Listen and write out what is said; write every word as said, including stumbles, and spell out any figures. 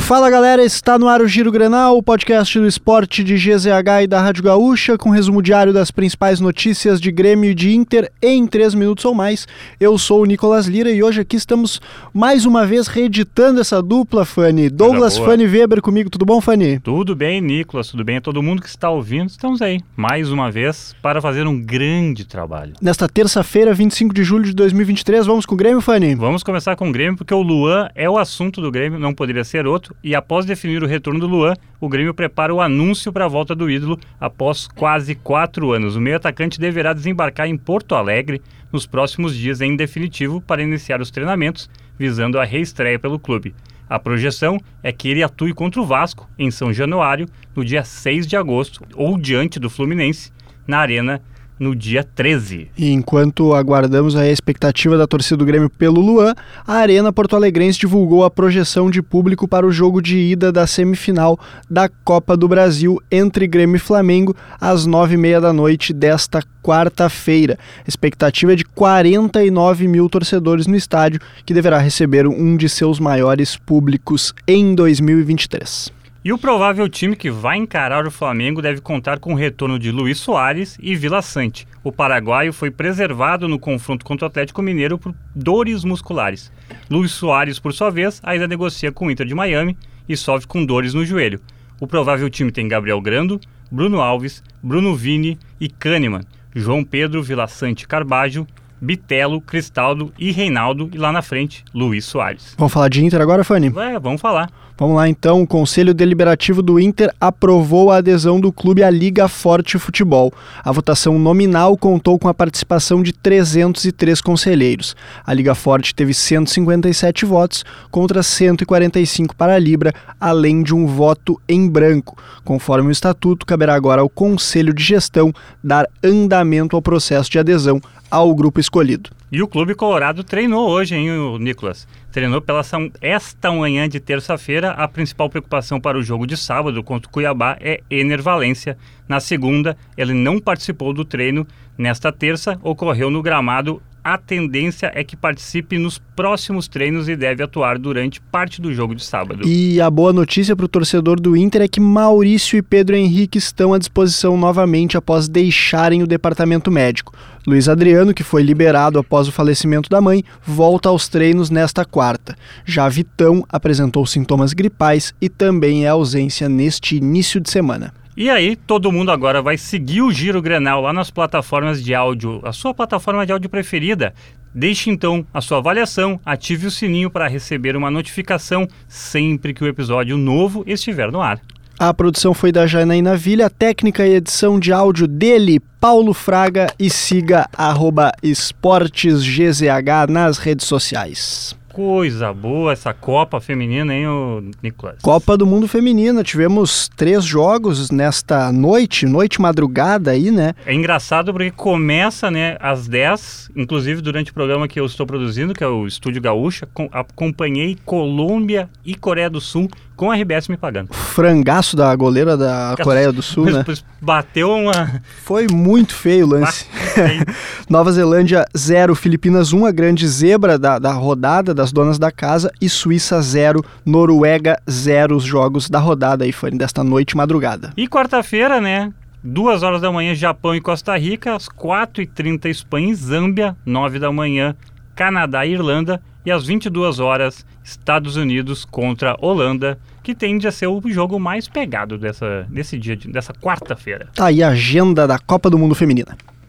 Fala galera, está no ar o Giro Grenal, o podcast do esporte de G Z H e da Rádio Gaúcha, com resumo diário das principais notícias de Grêmio e de Inter em três minutos ou mais. Eu sou o Nicolas Lira e hoje aqui estamos mais uma vez reeditando essa dupla, Fanny. Douglas Fanny Weber comigo, tudo bom, Fanny? Tudo bem, Nicolas, tudo bem? A todo mundo que está ouvindo, estamos aí, mais uma vez, para fazer um grande trabalho. Nesta terça-feira, vinte e cinco de julho de dois mil e vinte e três, vamos com o Grêmio, Fanny? Vamos começar com o Grêmio, porque o Luan é o assunto do Grêmio, não poderia ser outro. E após definir o retorno do Luan, o Grêmio prepara o anúncio para a volta do ídolo após quase quatro anos. O meio atacante deverá desembarcar em Porto Alegre nos próximos dias em definitivo para iniciar os treinamentos, visando a reestreia pelo clube. A projeção é que ele atue contra o Vasco em São Januário, no dia seis de agosto, ou diante do Fluminense, na Arena, no dia treze. E enquanto aguardamos a expectativa da torcida do Grêmio pelo Luan, a Arena Porto Alegrense divulgou a projeção de público para o jogo de ida da semifinal da Copa do Brasil entre Grêmio e Flamengo às nove e meia da noite desta quarta-feira. A expectativa é de quarenta e nove mil torcedores no estádio, que deverá receber um de seus maiores públicos em dois mil e vinte e três. E o provável time que vai encarar o Flamengo deve contar com o retorno de Luis Soares e Vila Sante. O paraguaio foi preservado no confronto contra o Atlético Mineiro por dores musculares. Luis Soares, por sua vez, ainda negocia com o Inter de Miami e sofre com dores no joelho. O provável time tem Gabriel Grando, Bruno Alves, Bruno Vini e Kahneman, João Pedro, Vila Sante, Carbajo, Bitelo, Cristaldo e Reinaldo, e lá na frente, Luis Soares. Vamos falar de Inter agora, Fanny? É, vamos falar. Vamos lá então, o Conselho Deliberativo do Inter aprovou a adesão do clube à Liga Forte Futebol. A votação nominal contou com a participação de trezentos e três conselheiros. A Liga Forte teve cento e cinquenta e sete votos contra cento e quarenta e cinco para a Libra, além de um voto em branco. Conforme o estatuto, caberá agora ao Conselho de Gestão dar andamento ao processo de adesão ao grupo escolhido. E o Clube Colorado treinou hoje, hein, o Nicolas? Treinou pela esta manhã de terça-feira. A principal preocupação para o jogo de sábado contra o Cuiabá é Ener Valencia. Na segunda, ele não participou do treino. Nesta terça, ocorreu no gramado. A tendência é que participe nos próximos treinos e deve atuar durante parte do jogo de sábado. E a boa notícia para o torcedor do Inter é que Maurício e Pedro Henrique estão à disposição novamente após deixarem o departamento médico. Luiz Adriano, que foi liberado após o falecimento da mãe, volta aos treinos nesta quarta. Já Vitão apresentou sintomas gripais e também é ausência neste início de semana. E aí, todo mundo agora vai seguir o Giro Grenal lá nas plataformas de áudio, a sua plataforma de áudio preferida. Deixe então a sua avaliação, ative o sininho para receber uma notificação sempre que o episódio novo estiver no ar. A produção foi da Janaína Vilha, a técnica e edição de áudio dele, Paulo Fraga, e siga arroba esportesgzh nas redes sociais. Coisa boa essa Copa Feminina, hein, Nicolas? Copa do Mundo Feminina, tivemos três jogos nesta noite, noite madrugada aí, né? É engraçado porque começa, né, às dez, inclusive durante o programa que eu estou produzindo, que é o Estúdio Gaúcha, com, acompanhei Colômbia e Coreia do Sul com a R B S me pagando. Frangaço da goleira da Coreia do Sul, mas, né? Mas bateu uma... Foi muito feio o lance. Nova Zelândia zero, Filipinas um, a grande zebra da, da rodada das donas da casa, e Suíça zero, Noruega zero, os jogos da rodada aí, Fanny, desta noite madrugada. E quarta-feira, né? Duas horas da manhã, Japão e Costa Rica, às quatro e trinta, Espanha e Zâmbia, nove da manhã, Canadá e Irlanda, e às vinte e duas horas, Estados Unidos contra Holanda, que tende a ser o jogo mais pegado dessa, desse dia, dessa quarta-feira. Tá aí a agenda da Copa do Mundo Feminina.